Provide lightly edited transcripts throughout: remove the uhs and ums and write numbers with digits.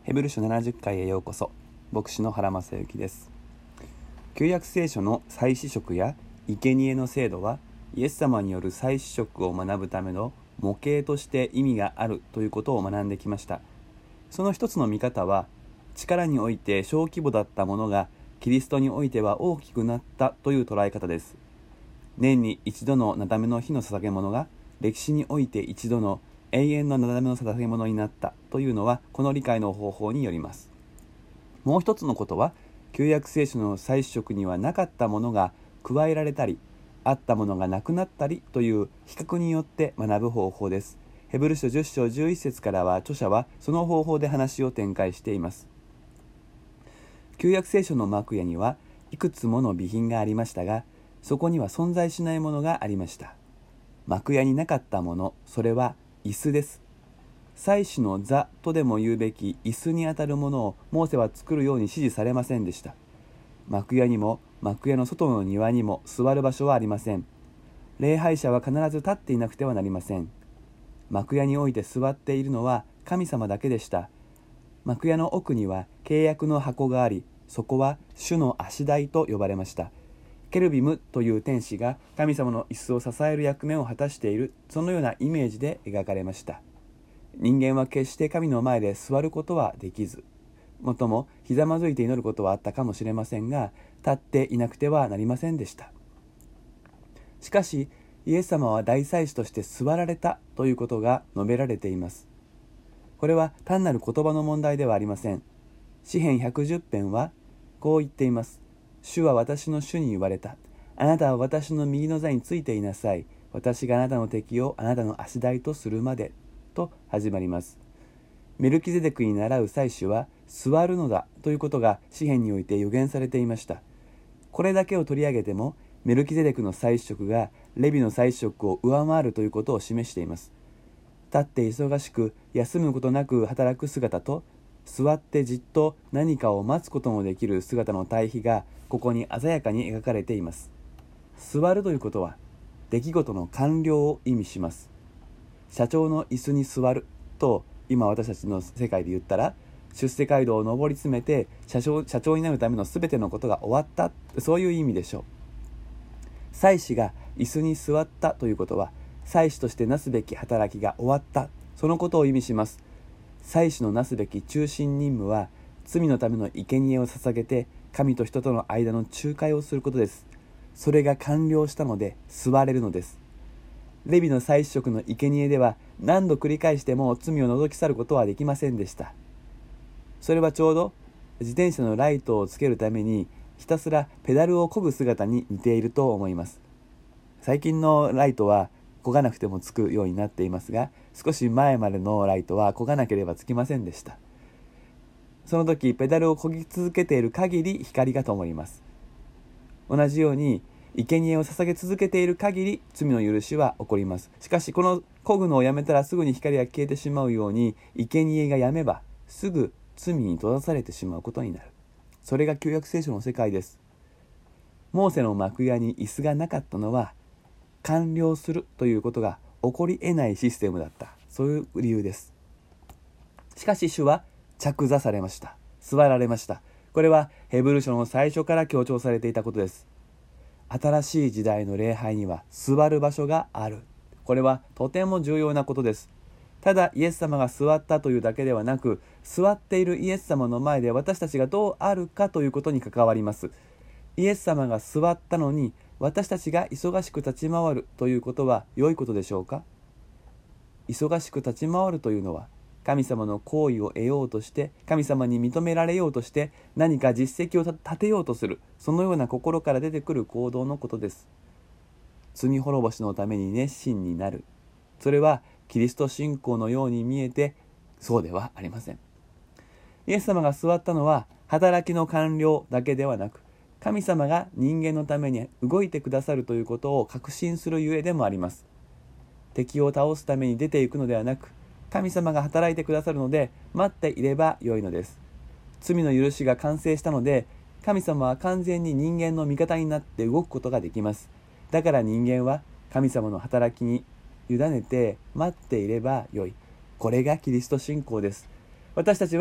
ヘブル書70回へようこそ。牧師の原正幸です。旧約聖書の祭司職や生贄の制度は、イエス様による祭司職を学ぶための模型として意味があるということを学んできました。その一つの見方は、力において小規模だったものがキリストにおいては大きくなったという捉え方です。年に一度のなだめの日の捧げ物が歴史において一度の永遠のなだめの捧げ物になったというのは、この理解の方法によります。もう一つのことは、旧約聖書の祭司職にはなかったものが加えられたり、あったものがなくなったりという比較によって学ぶ方法です。ヘブル書10章11節からは、著者はその方法で話を展開しています。旧約聖書の幕屋にはいくつもの備品がありましたが、そこには存在しないものがありました。幕屋になかったもの、それは椅子です。祭司の座とでも言うべき椅子にあたるものをモーセは作るように指示されませんでした。幕屋にも幕屋の外の庭にも座る場所はありません。礼拝者は必ず立っていなくてはなりません。幕屋において座っているのは神様だけでした。幕屋の奥には契約の箱があり、そこは主の足台と呼ばれました。ケルビムという天使が神様の椅子を支える役目を果たしている、そのようなイメージで描かれました。人間は決して神の前で座ることはできず、もっともひざまずいて祈ることはあったかもしれませんが、立っていなくてはなりませんでした。しかしイエス様は大祭司として座られたということが述べられています。これは単なる言葉の問題ではありません。詩編110編はこう言っています。主は私の主に言われた。あなたは私の右の座についていなさい。私があなたの敵をあなたの足台とするまで。と始まります。メルキゼデクに倣う祭司は座るのだということが詩編において予言されていました。これだけを取り上げても、メルキゼデクの祭司職がレビの祭司職を上回るということを示しています。立って忙しく休むことなく働く姿と、座ってじっと何かを待つこともできる姿の対比がここに鮮やかに描かれています。座るということは出来事の完了を意味します。社長の椅子に座ると今私たちの世界で言ったら、出世街道を上り詰めて社長になるための全てのことが終わった、そういう意味でしょう。祭司が椅子に座ったということは、祭司としてなすべき働きが終わった、そのことを意味します。祭司のなすべき中心任務は、罪のための生贄を捧げて神と人との間の仲介をすることです。それが完了したので座れるのです。レビの祭司職の生贄では何度繰り返しても罪を除き去ることはできませんでした。それはちょうど自転車のライトをつけるためにひたすらペダルを漕ぐ姿に似ていると思います。最近のライトは漕がなくてもつくようになっていますが、少し前までのライトは漕がなければつきませんでした。その時ペダルを漕ぎ続けている限り光が灯ります。同じように生贄を捧げ続けている限り罪の許しは起こります。しかしこの漕ぐのをやめたらすぐに光が消えてしまうように、生贄がやめばすぐ罪に閉ざされてしまうことになる。それが旧約聖書の世界です。モーセの幕屋に椅子がなかったのは、完了するということが起こり得ないシステムだった、そういう理由です。しかし主は着座されました。座られました。これはヘブル書の最初から強調されていたことです。新しい時代の礼拝には座る場所がある。これはとても重要なことです。ただイエス様が座ったというだけではなく、座っているイエス様の前で私たちがどうあるかということに関わります。イエス様が座ったのに私たちが忙しく立ち回るということは良いことでしょうか？忙しく立ち回るというのは、神様の行為を得ようとして、神様に認められようとして、何か実績を立てようとする、そのような心から出てくる行動のことです。罪滅ぼしのために熱心になる、それはキリスト信仰のように見えて、そうではありません。イエス様が座ったのは働きの完了だけではなく、神様が人間のために動いてくださるということを確信するゆえでもあります。敵を倒すために出ていくのではなく、神様が働いてくださるので待っていればよいのです。罪の許しが完成したので、神様は完全に人間の味方になって動くことができます。だから人間は神様の働きに委ねて待っていればよい。これがキリスト信仰です。私たちは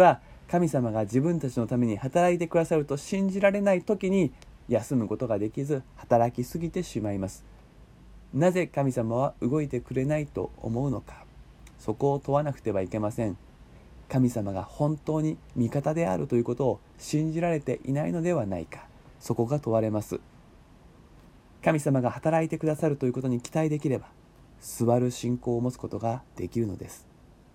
神様が自分たちのために働いてくださると信じられない時に休むことができず働きすぎてしまいます。なぜ神様は動いてくれないと思うのか、そこを問わなくてはいけません。神様が本当に味方であるということを信じられていないのではないか、そこが問われます。神様が働いてくださるということに期待できれば、座る信仰を持つことができるのです。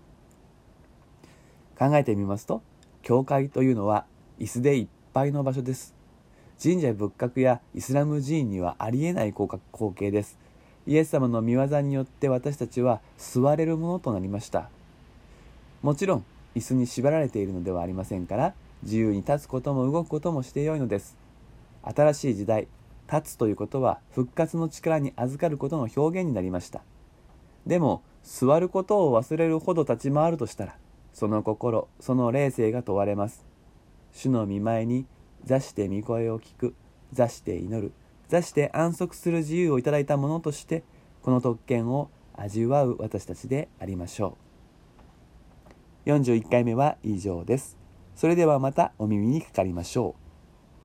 考えてみますと、教会というのは椅子でいっぱいの場所です。神社仏閣やイスラム寺院にはありえない光景です。イエス様の御業によって私たちは座れるものとなりました。もちろん椅子に縛られているのではありませんから、自由に立つことも動くこともしてよいのです。新しい時代、立つということは復活の力に預かることの表現になりました。でも座ることを忘れるほど立ち回るとしたら、その心、その霊性が問われます。主の御前に座して御声を聞く、座して祈る、座して安息する自由をいただいたものとして、この特権を味わう私たちでありましょう。41回目は以上です。それではまたお耳にかかりましょう。